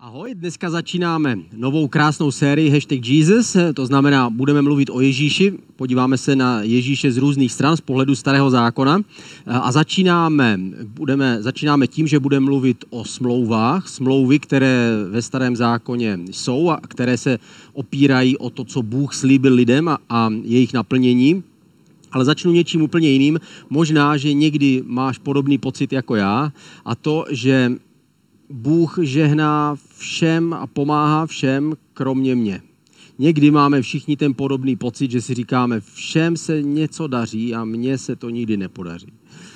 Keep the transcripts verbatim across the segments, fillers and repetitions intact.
Ahoj, dneska začínáme novou krásnou sérii Hashtag Jesus, to znamená, budeme mluvit o Ježíši, podíváme se na Ježíše z různých stran, z pohledu Starého zákona a začínáme, budeme, začínáme tím, že budeme mluvit o smlouvách, smlouvy, které ve Starém zákoně jsou a které se opírají o to, co Bůh slíbil lidem a, a jejich naplnění. Ale začnu něčím úplně jiným. Možná, že někdy máš podobný pocit jako já a to, že Bůh žehná všem a pomáhá všem, kromě mě. Někdy máme všichni ten podobný pocit, že si říkáme, všem se něco daří a mně se to nikdy nepodaří.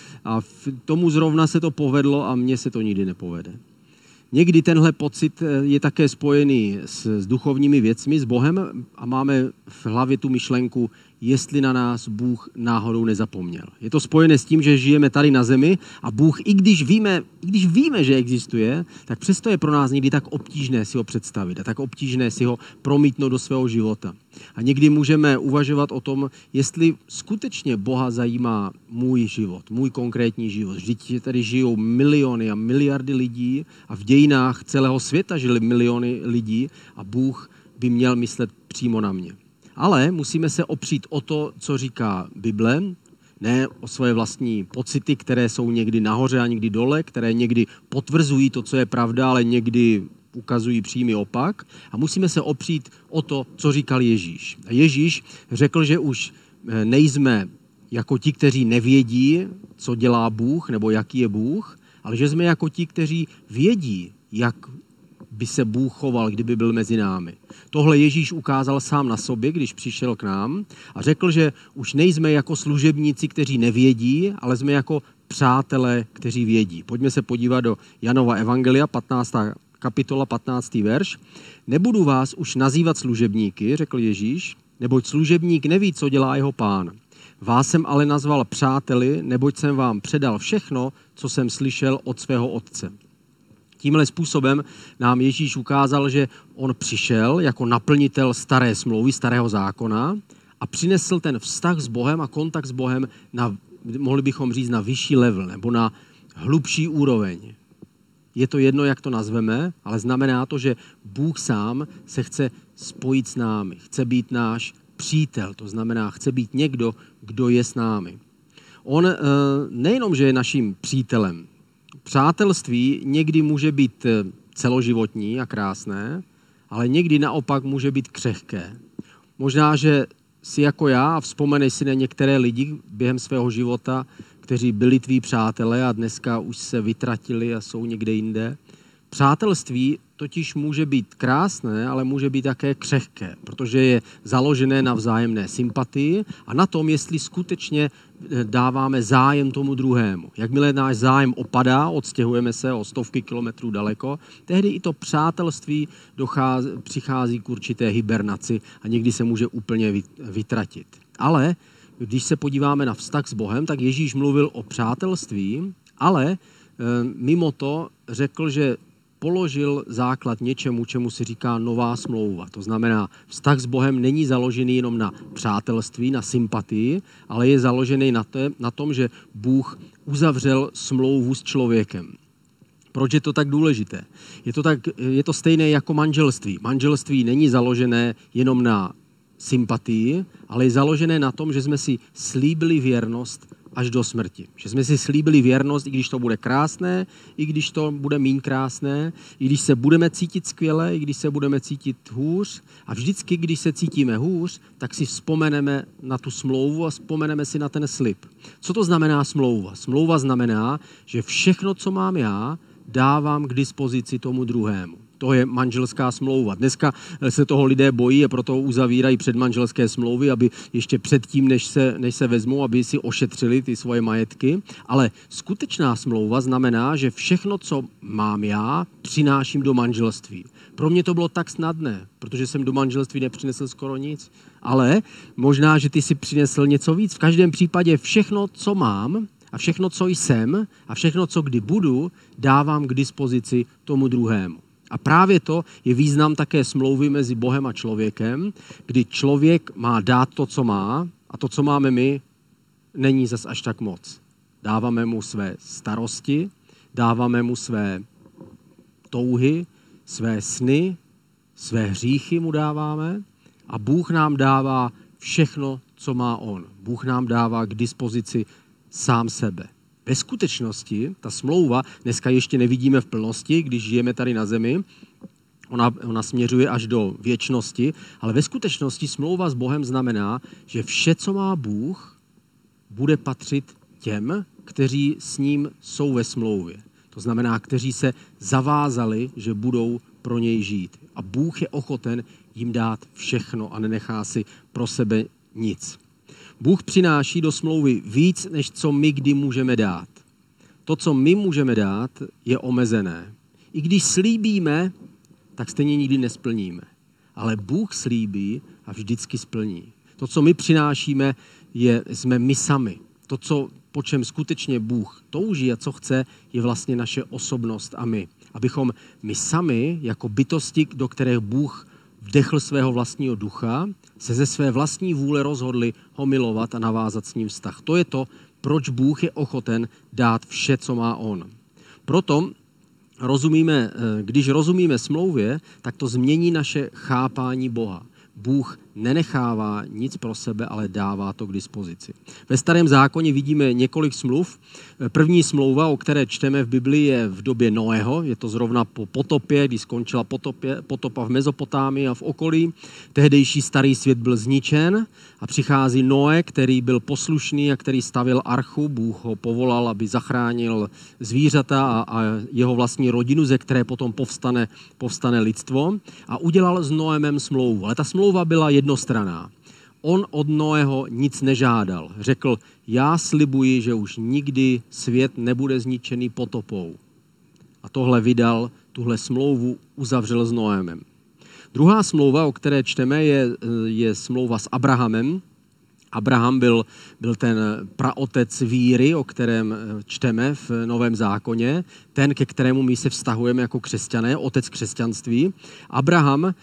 A tomu zrovna se to povedlo a mně se to nikdy nepovede. Někdy tenhle pocit je také spojený s, s duchovními věcmi, s Bohem a máme v hlavě tu myšlenku, jestli na nás Bůh náhodou nezapomněl. Je to spojené s tím, že žijeme tady na zemi a Bůh, i když víme, i když víme, že existuje, tak přesto je pro nás někdy tak obtížné si ho představit a tak obtížné si ho promítnout do svého života. A někdy můžeme uvažovat o tom, jestli skutečně Boha zajímá můj život, můj konkrétní život. Vždyť tady žijou miliony a miliardy lidí a v dějinách celého světa žili miliony lidí a Bůh by měl myslet přímo na mě. Ale musíme se opřít o to, co říká Bible, ne o svoje vlastní pocity, které jsou někdy nahoře a někdy dole, které někdy potvrzují to, co je pravda, ale někdy ukazují přímý opak. A musíme se opřít o to, co říkal Ježíš. A Ježíš řekl, že už nejsme jako ti, kteří nevědí, co dělá Bůh nebo jaký je Bůh, ale že jsme jako ti, kteří vědí, jak by se Bůh choval, kdyby byl mezi námi. Tohle Ježíš ukázal sám na sobě, když přišel k nám a řekl, že už nejsme jako služebníci, kteří nevědí, ale jsme jako přátelé, kteří vědí. Pojďme se podívat do Janova evangelia, patnáctá kapitola, patnáctý verš. Nebudu vás už nazývat služebníky, řekl Ježíš, neboť služebník neví, co dělá jeho pán. Vás jsem ale nazval přáteli, neboť jsem vám předal všechno, co jsem slyšel od svého otce. Tímhle způsobem nám Ježíš ukázal, že on přišel jako naplnitel staré smlouvy, starého zákona a přinesl ten vztah s Bohem a kontakt s Bohem na, mohli bychom říct, na vyšší level nebo na hlubší úroveň. Je to jedno, jak to nazveme, ale znamená to, že Bůh sám se chce spojit s námi, chce být náš přítel, to znamená, chce být někdo, kdo je s námi. On nejenom, že je naším přítelem, přátelství někdy může být celoživotní a krásné, ale někdy naopak může být křehké. Možná, že si jako já a vzpomeneš si na některé lidi během svého života, kteří byli tví přátelé a dneska už se vytratili a jsou někde jinde. Přátelství totiž může být krásné, ale může být také křehké, protože je založené na vzájemné sympatii a na tom, jestli skutečně dáváme zájem tomu druhému. Jakmile náš zájem opadá, odstěhujeme se o stovky kilometrů daleko, tehdy i to přátelství dochází, přichází k určité hibernaci a někdy se může úplně vytratit. Ale když se podíváme na vztah s Bohem, tak Ježíš mluvil o přátelství, ale mimo to řekl, že položil základ něčemu, čemu se říká nová smlouva. To znamená, vztah s Bohem není založený jenom na přátelství, na sympatii, ale je založený na, té, na tom, že Bůh uzavřel smlouvu s člověkem. Proč je to tak důležité? Je to, tak, je to stejné jako manželství. Manželství není založené jenom na sympatii, ale je založené na tom, že jsme si slíbili věrnost až do smrti. Že jsme si slíbili věrnost, i když to bude krásné, i když to bude míň krásné, i když se budeme cítit skvěle, i když se budeme cítit hůř. A vždycky, když se cítíme hůř, tak si vzpomeneme na tu smlouvu a vzpomeneme si na ten slib. Co to znamená smlouva? Smlouva znamená, že všechno, co mám já, dávám k dispozici tomu druhému. To je manželská smlouva. Dneska se toho lidé bojí a proto uzavírají předmanželské smlouvy, aby ještě předtím, než se, než se vezmou, aby si ošetřili ty svoje majetky. Ale skutečná smlouva znamená, že všechno, co mám já, přináším do manželství. Pro mě to bylo tak snadné, protože jsem do manželství nepřinesl skoro nic. Ale možná, že ty si přinesl něco víc. V každém případě všechno, co mám, a všechno, co jsem, a všechno, co kdy budu, dávám k dispozici tomu druhému. A právě to je význam také smlouvy mezi Bohem a člověkem, kdy člověk má dát to, co má, a to, co máme my, není zas až tak moc. Dáváme mu své starosti, dáváme mu své touhy, své sny, své hříchy mu dáváme a Bůh nám dává všechno, co má on. Bůh nám dává k dispozici sám sebe. Ve skutečnosti ta smlouva dneska ještě nevidíme v plnosti, když žijeme tady na zemi. Ona, ona směřuje až do věčnosti, ale ve skutečnosti smlouva s Bohem znamená, že vše, co má Bůh, bude patřit těm, kteří s ním jsou ve smlouvě. To znamená, kteří se zavázali, že budou pro něj žít. A Bůh je ochoten jim dát všechno a nenechá si pro sebe nic. Bůh přináší do smlouvy víc, než co my kdy můžeme dát. To, co my můžeme dát, je omezené. I když slíbíme, tak stejně nikdy nesplníme. Ale Bůh slíbí a vždycky splní. To, co my přinášíme, je, jsme my sami. To, co, po čem skutečně Bůh touží a co chce, je vlastně naše osobnost a my. Abychom my sami, jako bytosti, do kterých Bůh vdechl svého vlastního ducha, se ze své vlastní vůle rozhodli ho milovat a navázat s ním vztah. To je to, proč Bůh je ochoten dát vše, co má on. Proto rozumíme, když rozumíme smlouvě, tak to změní naše chápání Boha. Bůh nenechává nic pro sebe, ale dává to k dispozici. Ve Starém zákoně vidíme několik smluv. První smlouva, o které čteme v Biblii, je v době Noého. Je to zrovna po potopě, kdy skončila potopě, potopa v Mezopotámii a v okolí. Tehdejší starý svět byl zničen a přichází Noé, který byl poslušný a který stavil archu. Bůh ho povolal, aby zachránil zvířata a, a jeho vlastní rodinu, ze které potom povstane, povstane lidstvo. A udělal s Noémem smlouvu. Ale ta smlouva byla jednostranná. On od Noého nic nežádal. Řekl, já slibuji, že už nikdy svět nebude zničený potopou. A tohle vydal, tuhle smlouvu uzavřel s Noémem. Druhá smlouva, o které čteme, je, je smlouva s Abrahamem. Abraham byl, byl ten praotec víry, o kterém čteme v Novém zákoně, ten, ke kterému my se vztahujeme jako křesťané, otec křesťanství. Abraham,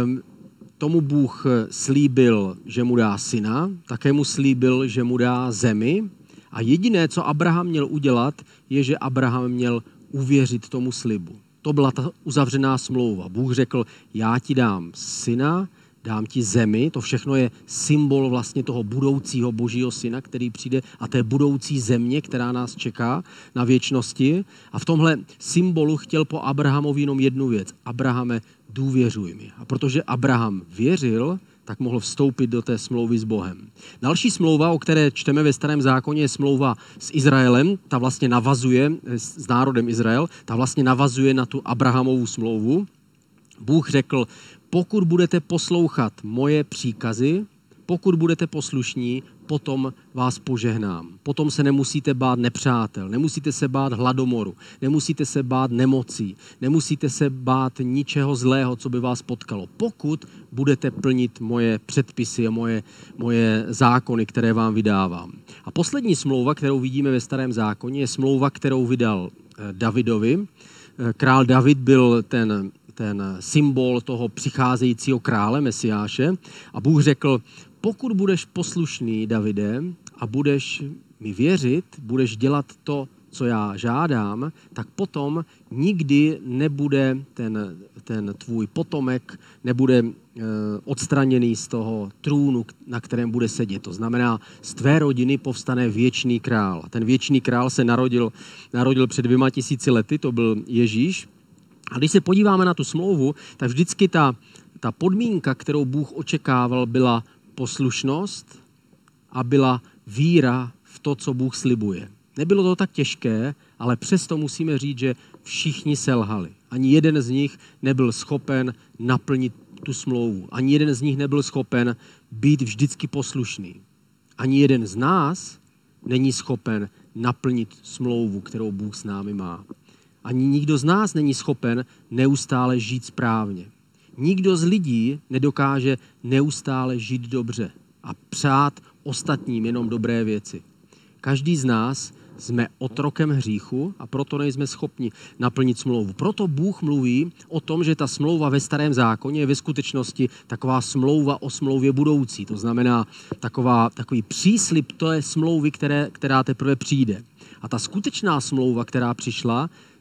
tomu Bůh slíbil, že mu dá syna, také mu slíbil, že mu dá zemi a jediné, co Abraham měl udělat, je, že Abraham měl uvěřit tomu slibu. To byla ta uzavřená smlouva. Bůh řekl, já ti dám syna, dám ti zemi, to všechno je symbol vlastně toho budoucího božího syna, který přijde a té budoucí země, která nás čeká na věčnosti. A v tomhle symbolu chtěl po Abrahamovi jenom jednu věc. Abrahame, důvěřuj mi. A protože Abraham věřil, tak mohl vstoupit do té smlouvy s Bohem. Další smlouva, o které čteme ve Starém zákoně, je smlouva s Izraelem. Ta vlastně navazuje, s národem Izrael, ta vlastně navazuje na tu Abrahamovu smlouvu. Bůh řekl, pokud budete poslouchat moje příkazy, pokud budete poslušní, potom vás požehnám. Potom se nemusíte bát nepřátel, nemusíte se bát hladomoru, nemusíte se bát nemocí, nemusíte se bát ničeho zlého, co by vás potkalo. Pokud budete plnit moje předpisy a moje, moje zákony, které vám vydávám. A poslední smlouva, kterou vidíme ve Starém zákoně, je smlouva, kterou vydal Davidovi. Král David byl ten ten symbol toho přicházejícího krále, Mesiáše. A Bůh řekl, pokud budeš poslušný, Davide, a budeš mi věřit, budeš dělat to, co já žádám, tak potom nikdy nebude ten, ten tvůj potomek, nebude e, odstraněný z toho trůnu, na kterém bude sedět. To znamená, z tvé rodiny povstane věčný král. Ten věčný král se narodil, narodil před dvěma tisíci lety, to byl Ježíš. A když se podíváme na tu smlouvu, tak vždycky ta, ta podmínka, kterou Bůh očekával, byla poslušnost a byla víra v to, co Bůh slibuje. Nebylo to tak těžké, ale přesto musíme říct, že všichni selhali. Ani jeden z nich nebyl schopen naplnit tu smlouvu. Ani jeden z nich nebyl schopen být vždycky poslušný. Ani jeden z nás není schopen naplnit smlouvu, kterou Bůh s námi má. Ani nikdo z nás není schopen neustále žít správně. Nikdo z lidí nedokáže neustále žít dobře a přát ostatním jenom dobré věci. Každý z nás jsme otrokem hříchu a proto nejsme schopni naplnit smlouvu. Proto Bůh mluví o tom, že ta smlouva ve Starém zákoně je ve skutečnosti taková smlouva o smlouvě budoucí. To znamená taková, takový příslib té smlouvy, které, která teprve přijde. A ta skutečná smlouva, která přišla,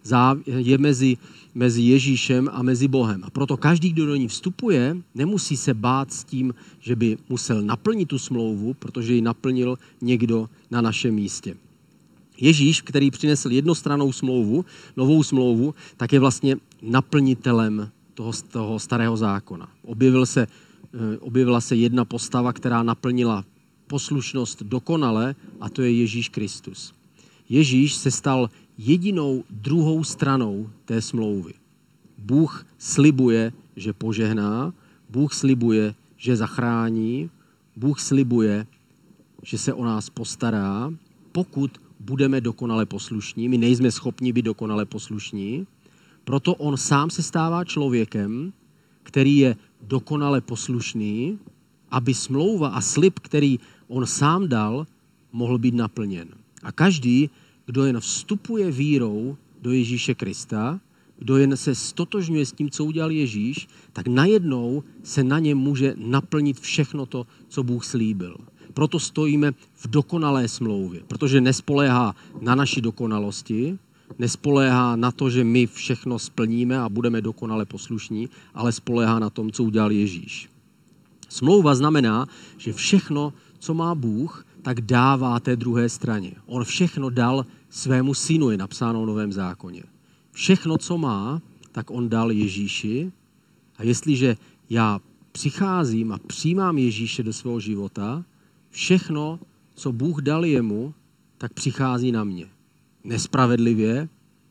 je mezi, mezi Ježíšem a mezi Bohem. A proto každý, kdo do ní vstupuje, nemusí se bát s tím, že by musel naplnit tu smlouvu, protože ji naplnil někdo na našem místě. Ježíš, který přinesl jednostrannou smlouvu, novou smlouvu, tak je vlastně naplnitelem toho, toho starého zákona. Objevil se, objevila se jedna postava, která naplnila poslušnost dokonale, a to je Ježíš Kristus. Ježíš se stal jedinou druhou stranou té smlouvy. Bůh slibuje, že požehná, Bůh slibuje, že zachrání, Bůh slibuje, že se o nás postará, pokud budeme dokonale poslušní. My nejsme schopni být dokonale poslušní, proto on sám se stává člověkem, který je dokonale poslušný, aby smlouva a slib, který on sám dal, mohl být naplněn. A každý, kdo jen vstupuje vírou do Ježíše Krista, kdo jen se stotožňuje s tím, co udělal Ježíš, tak najednou se na něm může naplnit všechno to, co Bůh slíbil. Proto stojíme v dokonalé smlouvě, protože nespoléhá na naši dokonalosti, nespoléhá na to, že my všechno splníme a budeme dokonale poslušní, ale spoléhá na tom, co udělal Ježíš. Smlouva znamená, že všechno, co má Bůh, tak dává té druhé straně. On všechno dal svému synu, je napsáno v Novém zákoně. Všechno, co má, tak on dal Ježíši. A jestliže já přicházím a přijímám Ježíše do svého života, všechno, co Bůh dal jemu, tak přichází na mě. Nespravedlivě,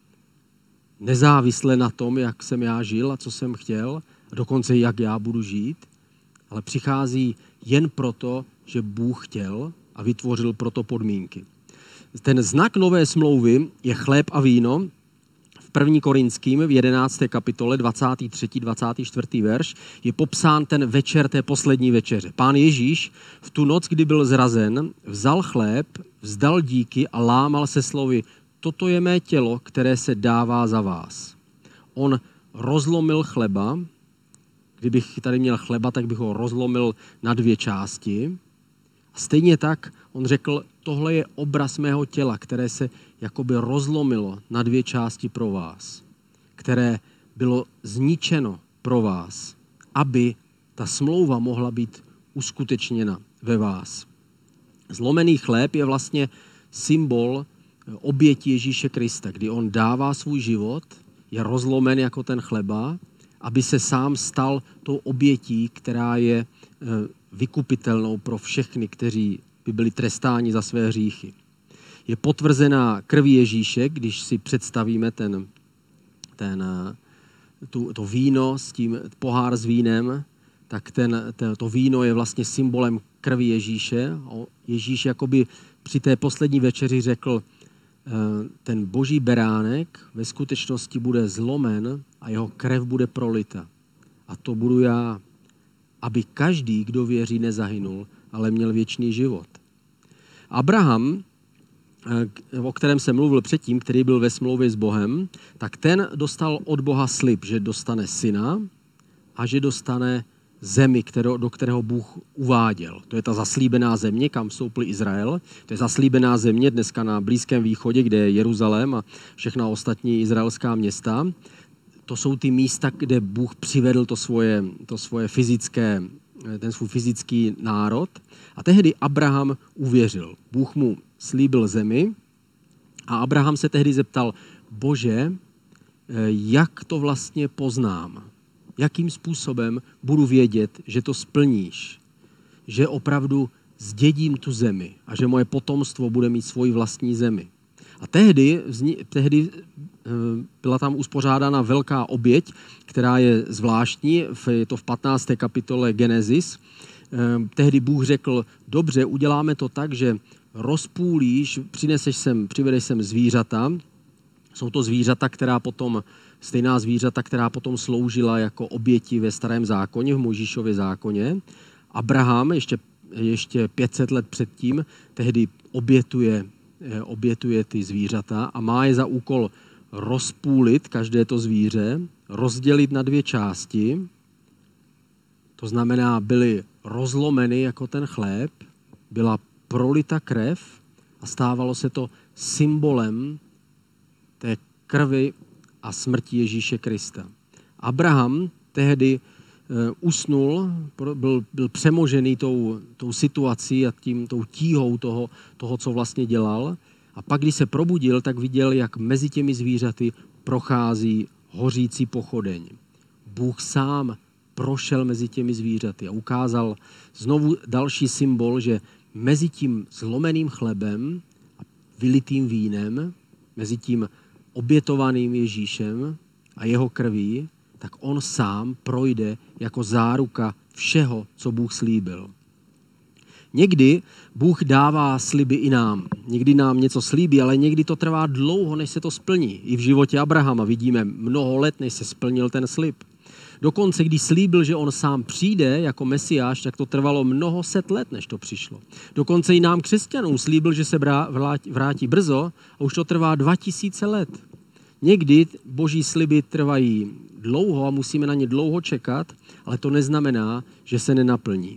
nezávisle na tom, jak jsem já žil a co jsem chtěl, a dokonce jak já budu žít, ale přichází jen proto, že Bůh chtěl a vytvořil proto podmínky. Ten znak nové smlouvy je chléb a víno. V první Korinským v jedenácté kapitole dvacátý třetí dvacátý čtvrtý verš je popsán ten večer té poslední večeře. Pán Ježíš v tu noc, kdy byl zrazen, vzal chléb, vzdal díky a lámal se slovy: toto je mé tělo, které se dává za vás. On rozlomil chleba. Kdybych tady měl chleba, tak bych ho rozlomil na dvě části. A stejně tak on řekl, tohle je obraz mého těla, které se jakoby rozlomilo na dvě části pro vás, které bylo zničeno pro vás, aby ta smlouva mohla být uskutečněna ve vás. Zlomený chléb je vlastně symbol oběti Ježíše Krista, kdy on dává svůj život, je rozlomen jako ten chleba, aby se sám stal tou obětí, která je vykupitelnou pro všechny, kteří by byli trestáni za své hříchy. Je potvrzená krví Ježíše, když si představíme ten, ten, tu, to víno s tím pohár s vínem, tak ten, ten, to víno je vlastně symbolem krvi Ježíše. Ježíš jakoby při té poslední večeři řekl, ten boží beránek ve skutečnosti bude zlomen a jeho krev bude prolita. A to budu já, aby každý, kdo věří, nezahynul, ale měl věčný život. Abraham, o kterém jsem mluvil předtím, který byl ve smlouvě s Bohem, tak ten dostal od Boha slib, že dostane syna a že dostane zemi, kterou, do kterého Bůh uváděl. To je ta zaslíbená země, kam vstoupil Izrael. To je zaslíbená země dneska na Blízkém východě, kde je Jeruzalém a všechna ostatní izraelská města. To jsou ty místa, kde Bůh přivedl to svoje, to svoje fyzické, ten svůj fyzický národ. A tehdy Abraham uvěřil. Bůh mu slíbil zemi a Abraham se tehdy zeptal, Bože, jak to vlastně poznám? Jakým způsobem budu vědět, že to splníš? Že opravdu zdědím tu zemi a že moje potomstvo bude mít svoji vlastní zemi. A tehdy, tehdy byla tam uspořádána velká oběť, která je zvláštní, je to v patnácté kapitole Genesis. Tehdy Bůh řekl, dobře, uděláme to tak, že rozpůlíš, přineseš sem, přivedeš sem zvířata. Jsou to zvířata, která potom, stejná zvířata, která potom sloužila jako oběti ve starém zákoně, v Mojžíšově zákoně. Abraham ještě, ještě pět set let předtím tehdy obětuje, obětuje ty zvířata a má je za úkol rozpůlit každé to zvíře, rozdělit na dvě části. To znamená, byly rozlomeny jako ten chléb, byla prolita krev a stávalo se to symbolem té krvi a smrti Ježíše Krista. Abraham tehdy usnul, byl, byl přemožený tou, tou situací a tím, tou tíhou toho, toho, co vlastně dělal. A pak, když se probudil, tak viděl, jak mezi těmi zvířaty prochází hořící pochodeň. Bůh sám prošel mezi těmi zvířaty a ukázal znovu další symbol, že mezi tím zlomeným chlebem a vylitým vínem, mezi tím obětovaným Ježíšem a jeho krví, tak on sám projde jako záruka všeho, co Bůh slíbil. Někdy Bůh dává sliby i nám. Někdy nám něco slíbí, ale někdy to trvá dlouho, než se to splní. I v životě Abrahama vidíme mnoho let, než se splnil ten slib. Dokonce, když slíbil, že on sám přijde jako Mesiáš, tak to trvalo mnoho set let, než to přišlo. Dokonce i nám křesťanům slíbil, že se vrátí brzo a už to trvá dva tisíce let. Někdy boží sliby trvají dlouho a musíme na ně dlouho čekat, ale to neznamená, že se nenaplní.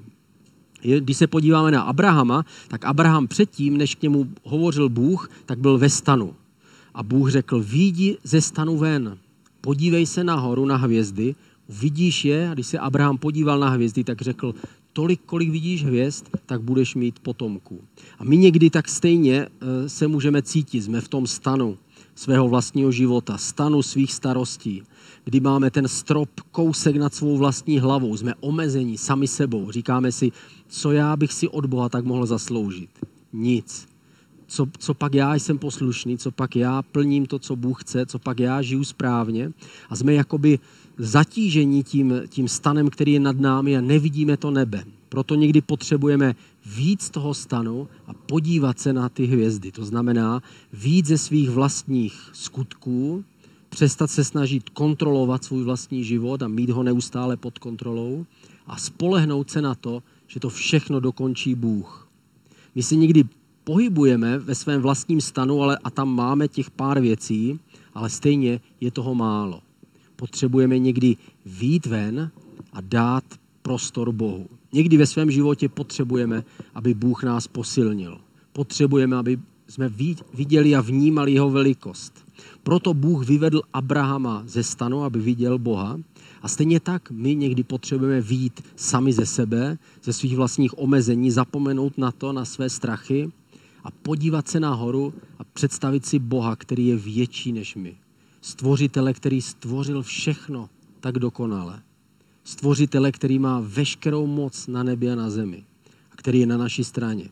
Když se podíváme na Abrahama, tak Abraham předtím, než k němu hovořil Bůh, tak byl ve stanu. A Bůh řekl, vyjdi ze stanu ven, podívej se nahoru na hvězdy, vidíš je, a když se Abraham podíval na hvězdy, tak řekl, tolik, kolik vidíš hvězd, tak budeš mít potomků. A my někdy tak stejně se můžeme cítit, jsme v tom stanu svého vlastního života, stanu svých starostí, kdy máme ten strop kousek nad svou vlastní hlavou, jsme omezení sami sebou. Říkáme si, co já bych si od Boha tak mohl zasloužit. Nic. Co, co pak já jsem poslušný, co pak já plním to, co Bůh chce, co pak já žiju správně. A jsme jakoby zatížení tím, tím stanem, který je nad námi a nevidíme to nebe. Proto někdy potřebujeme víc toho stanu a podívat se na ty hvězdy. To znamená víc ze svých vlastních skutků, přestat se snažit kontrolovat svůj vlastní život a mít ho neustále pod kontrolou a spolehnout se na to, že to všechno dokončí Bůh. My si někdy pohybujeme ve svém vlastním stanu, ale a tam máme těch pár věcí, ale stejně je toho málo. Potřebujeme někdy vyjít ven a dát prostor Bohu. Někdy ve svém životě potřebujeme, aby Bůh nás posilnil. Potřebujeme, aby jsme viděli a vnímali jeho velikost. Proto Bůh vyvedl Abrahama ze stanu, aby viděl Boha. A stejně tak my někdy potřebujeme vyjít sami ze sebe, ze svých vlastních omezení, zapomenout na to, na své strachy a podívat se nahoru a představit si Boha, který je větší než my. Stvořitele, který stvořil všechno tak dokonale. Stvořitele, který má veškerou moc na nebi a na zemi a který je na naší straně.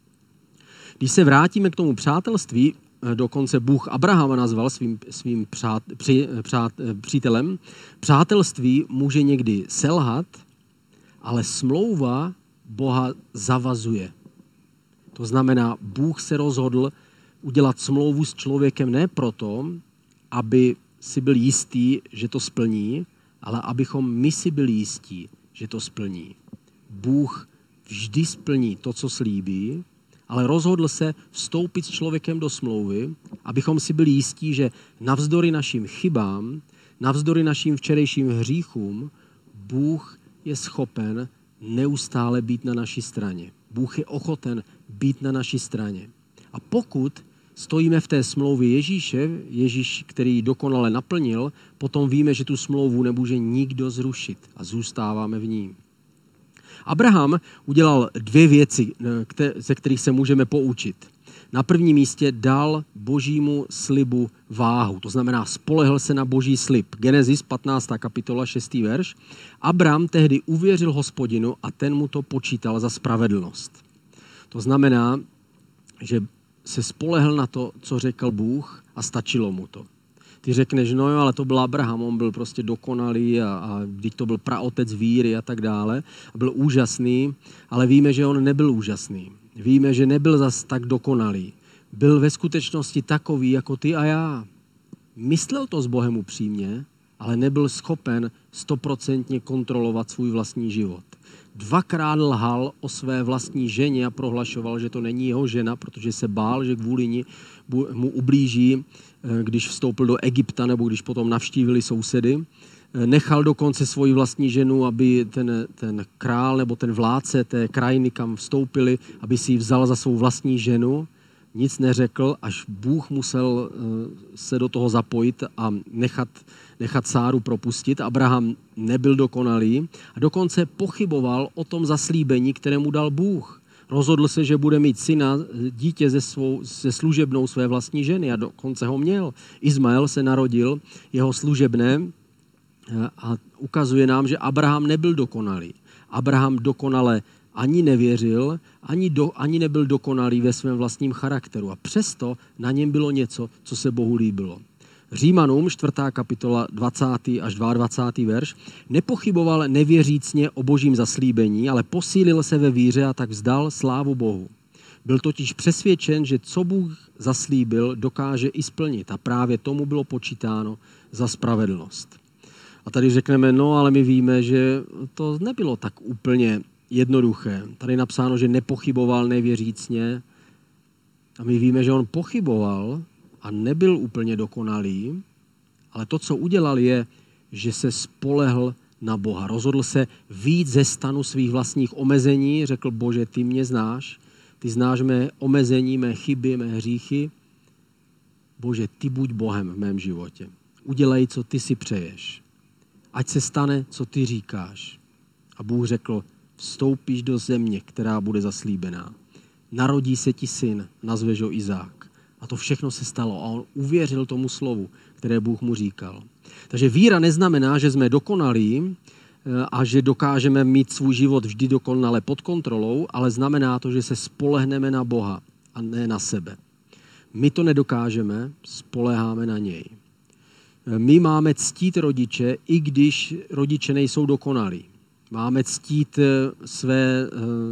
Když se vrátíme k tomu přátelství, dokonce Bůh Abrahama nazval svým, svým přát, při, přát, přítelem, přátelství může někdy selhat, ale smlouva Boha zavazuje. To znamená, Bůh se rozhodl udělat smlouvu s člověkem ne proto, aby si byl jistý, že to splní, ale abychom my si byli jistí, že to splní. Bůh vždy splní to, co slíbí, ale rozhodl se vstoupit s člověkem do smlouvy, abychom si byli jistí, že navzdory našim chybám, navzdory našim včerejším hříchům, Bůh je schopen neustále být na naší straně. Bůh je ochoten být na naší straně. A pokud stojíme v té smlouvě Ježíše, Ježíš, který ji dokonale naplnil, potom víme, že tu smlouvu nemůže nikdo zrušit a zůstáváme v ní. Abraham udělal dvě věci, ze kterých se můžeme poučit. Na prvním místě dal božímu slibu váhu, to znamená spolehl se na boží slib. Genesis patnáctá kapitola šestý verš. Abram tehdy uvěřil Hospodinu a ten mu to počítal za spravedlnost. To znamená, že se spolehl na to, co řekl Bůh a stačilo mu to. Ty řekneš, no jo, ale to byl Abraham, on byl prostě dokonalý a, a teď to byl praotec víry a tak dále. A byl úžasný, ale víme, že on nebyl úžasný. Víme, že nebyl zas tak dokonalý. Byl ve skutečnosti takový, jako ty a já. Myslel to s Bohem upřímně, ale nebyl schopen stoprocentně kontrolovat svůj vlastní život. Dvakrát lhal o své vlastní ženě a prohlašoval, že to není jeho žena, protože se bál, že kvůli ní mu ublíží, když vstoupil do Egypta nebo když potom navštívili sousedy. Nechal dokonce svoji vlastní ženu, aby ten, ten král nebo ten vládce té krajiny, kam vstoupili, aby si ji vzal za svou vlastní ženu. nic neřekl, až Bůh musel se do toho zapojit a nechat, nechat Sáru propustit. Abraham nebyl dokonalý a dokonce pochyboval o tom zaslíbení, které mu dal Bůh. Rozhodl se, že bude mít syna, dítě se, svou, se služebnou své vlastní ženy a dokonce ho měl. Izmael se narodil, jeho služebné, a ukazuje nám, že Abraham nebyl dokonalý. Abraham dokonale ani nevěřil, ani, do, ani nebyl dokonalý ve svém vlastním charakteru. A přesto na něm bylo něco, co se Bohu líbilo. Římanům, čtvrtá kapitola, dvacátý až dvacátý druhý verš, nepochyboval nevěřícně o božím zaslíbení, ale posílil se ve víře a tak vzdal slávu Bohu. Byl totiž přesvědčen, že co Bůh zaslíbil, dokáže i splnit a právě tomu bylo počítáno za spravedlnost. A tady řekneme, no ale my víme, že to nebylo tak úplně jednoduché. Tady je napsáno, že nepochyboval nevěřícně a my víme, že on pochyboval a nebyl úplně dokonalý, ale to, co udělal, je, že se spolehl na Boha. Rozhodl se vyjít ze stanu svých vlastních omezení, řekl, Bože, ty mě znáš, ty znáš mé omezení, mé chyby, mé hříchy. Bože, ty buď Bohem v mém životě. Udělej, co ty si přeješ. Ať se stane, co ty říkáš. A Bůh řekl, vstoupíš do země, která bude zaslíbená. Narodí se ti syn, nazveš ho Izák. A to všechno se stalo a on uvěřil tomu slovu, které Bůh mu říkal. Takže víra neznamená, že jsme dokonalí a že dokážeme mít svůj život vždy dokonale pod kontrolou, ale znamená to, že se spolehneme na Boha a ne na sebe. My to nedokážeme, spoléháme na něj. My máme ctít rodiče, i když rodiče nejsou dokonalí. Máme ctít své,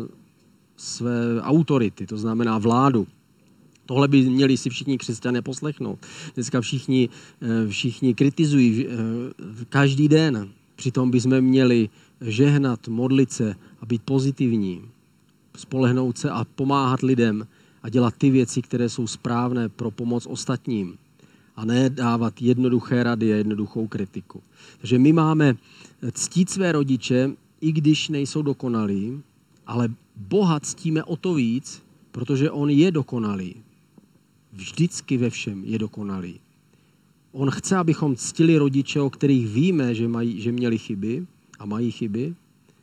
své autority, to znamená vládu. Tohle by měli si všichni křesťané poslechnout. Dneska všichni, všichni kritizují každý den. Přitom bychom měli žehnat, modlit se a být pozitivní, spolehnout se a pomáhat lidem a dělat ty věci, které jsou správné pro pomoc ostatním. A ne dávat jednoduché rady a jednoduchou kritiku. Takže my máme ctít své rodiče, i když nejsou dokonalí, ale Boha ctíme o to víc, protože on je dokonalý. Vždycky ve všem je dokonalý. On chce, abychom ctili rodiče, o kterých víme, že, mají, že měli chyby a mají chyby,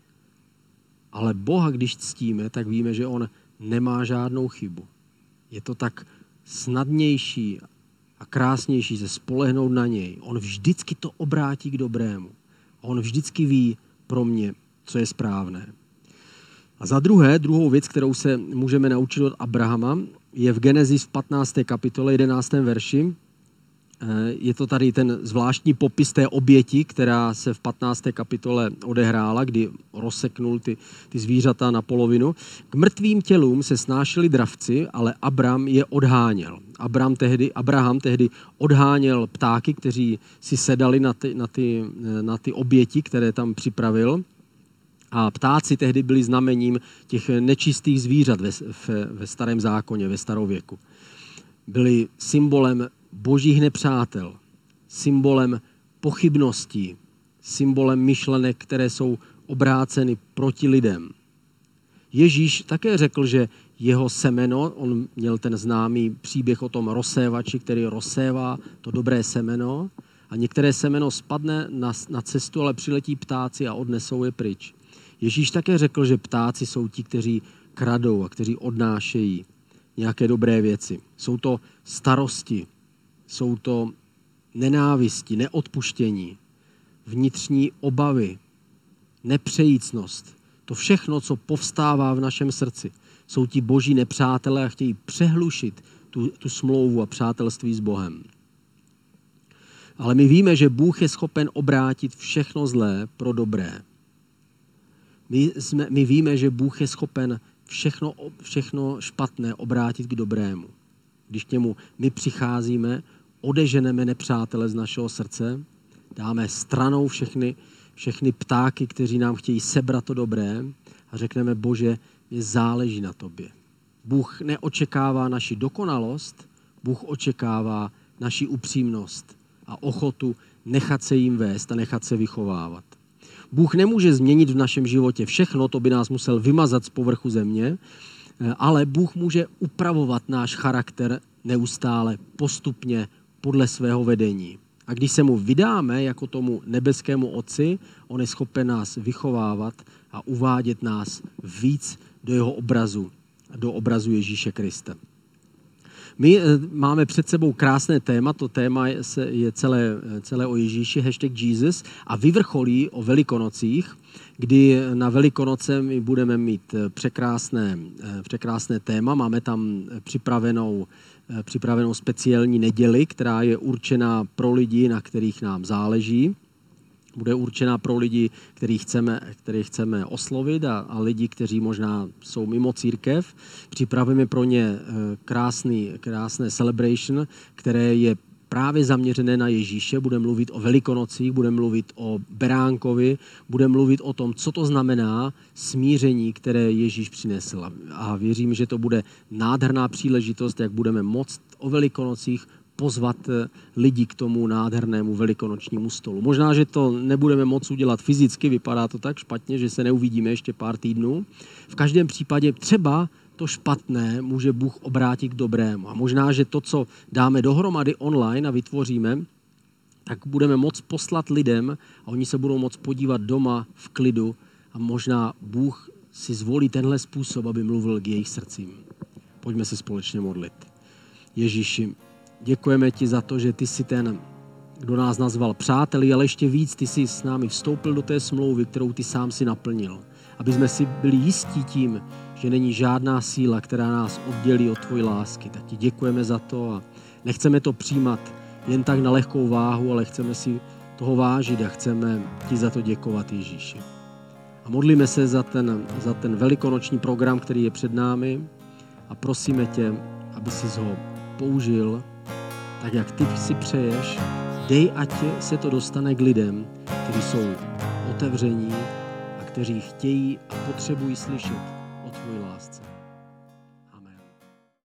ale Boha, když ctíme, tak víme, že on nemá žádnou chybu. Je to tak snadnější a krásnější se spolehnout na něj. On vždycky to obrátí k dobrému. On vždycky ví pro mě, co je správné. A za druhé, druhou věc, kterou se můžeme naučit od Abrahama, je v Genesis v patnácté kapitole, jedenáctém verši. Je to tady ten zvláštní popis té oběti, která se v patnácté kapitole odehrála, kdy rozseknul ty, ty zvířata na polovinu. K mrtvým tělům se snášeli dravci, ale Abram je odháněl. Abraham tehdy, Abraham tehdy odháněl ptáky, kteří si sedali na ty, na ty, na ty oběti, které tam připravil. A ptáci tehdy byli znamením těch nečistých zvířat ve, ve starém zákoně, ve starověku. Byli symbolem božích nepřátel, symbolem pochybností, symbolem myšlenek, které jsou obráceny proti lidem. Ježíš také řekl, že jeho semeno, on měl ten známý příběh o tom rozsévači, který rozsévá to dobré semeno a některé semeno spadne na, na cestu, ale přiletí ptáci a odnesou je pryč. Ježíš také řekl, že ptáci jsou ti, kteří kradou a kteří odnášejí nějaké dobré věci. Jsou to starosti, jsou to nenávisti, neodpuštění, vnitřní obavy, nepřejícnost. To všechno, co povstává v našem srdci, jsou ti boží nepřátelé a chtějí přehlušit tu, tu smlouvu a přátelství s Bohem. Ale my víme, že Bůh je schopen obrátit všechno zlé pro dobré. My, jsme, my víme, že Bůh je schopen všechno, všechno špatné obrátit k dobrému. Když k němu my přicházíme, odeženeme nepřátele z našeho srdce, dáme stranou všechny, všechny ptáky, kteří nám chtějí sebrat to dobré a řekneme, Bože, mě záleží na tobě. Bůh neočekává naši dokonalost, Bůh očekává naši upřímnost a ochotu nechat se jim vést a nechat se vychovávat. Bůh nemůže změnit v našem životě všechno, to by nás musel vymazat z povrchu země, ale Bůh může upravovat náš charakter neustále, postupně, podle svého vedení. A když se mu vydáme jako tomu nebeskému Otci, on je schopen nás vychovávat a uvádět nás víc do jeho obrazu, do obrazu Ježíše Krista. My máme před sebou krásné téma, to téma je celé, celé o Ježíši, hashtag Jesus, a vyvrcholí o Velikonocích, kdy na Velikonoce my budeme mít překrásné, překrásné téma. Máme tam připravenou, připravenou speciální neděli, která je určená pro lidi, na kterých nám záleží. Bude určená pro lidi, který chceme, který chceme oslovit a, a lidi, kteří možná jsou mimo církev. Připravíme pro ně krásný, krásné celebration, které je právě zaměřené na Ježíše. Bude mluvit o Velikonocích, bude mluvit o Beránkovi, bude mluvit o tom, co to znamená smíření, které Ježíš přinesl. A věřím, že to bude nádherná příležitost, jak budeme moct o Velikonocích pozvat lidi k tomu nádhernému velikonočnímu stolu. Možná, že to nebudeme moc udělat fyzicky, vypadá to tak špatně, že se neuvidíme ještě pár týdnů. V každém případě třeba to špatné může Bůh obrátit k dobrému. A možná, že to, co dáme dohromady online a vytvoříme, tak budeme moc poslat lidem a oni se budou moc podívat doma v klidu a možná Bůh si zvolí tenhle způsob, aby mluvil k jejich srdcím. Pojďme se společně modlit. Ježíši, děkujeme ti za to, že ty jsi ten, kdo nás nazval přáteli, ale ještě víc ty jsi s námi vstoupil do té smlouvy, kterou ty sám si naplnil. Aby jsme si byli jistí tím, že není žádná síla, která nás oddělí od tvojí lásky. Tak ti děkujeme za to a nechceme to přijímat jen tak na lehkou váhu, ale chceme si toho vážit a chceme ti za to děkovat, Ježíši. A modlíme se za ten, za ten velikonoční program, který je před námi a prosíme tě, aby jsi ho použil tak, jak ty si přeješ. Dej, ať se to dostane k lidem, kteří jsou otevření a kteří chtějí a potřebují slyšet o tvojí lásce.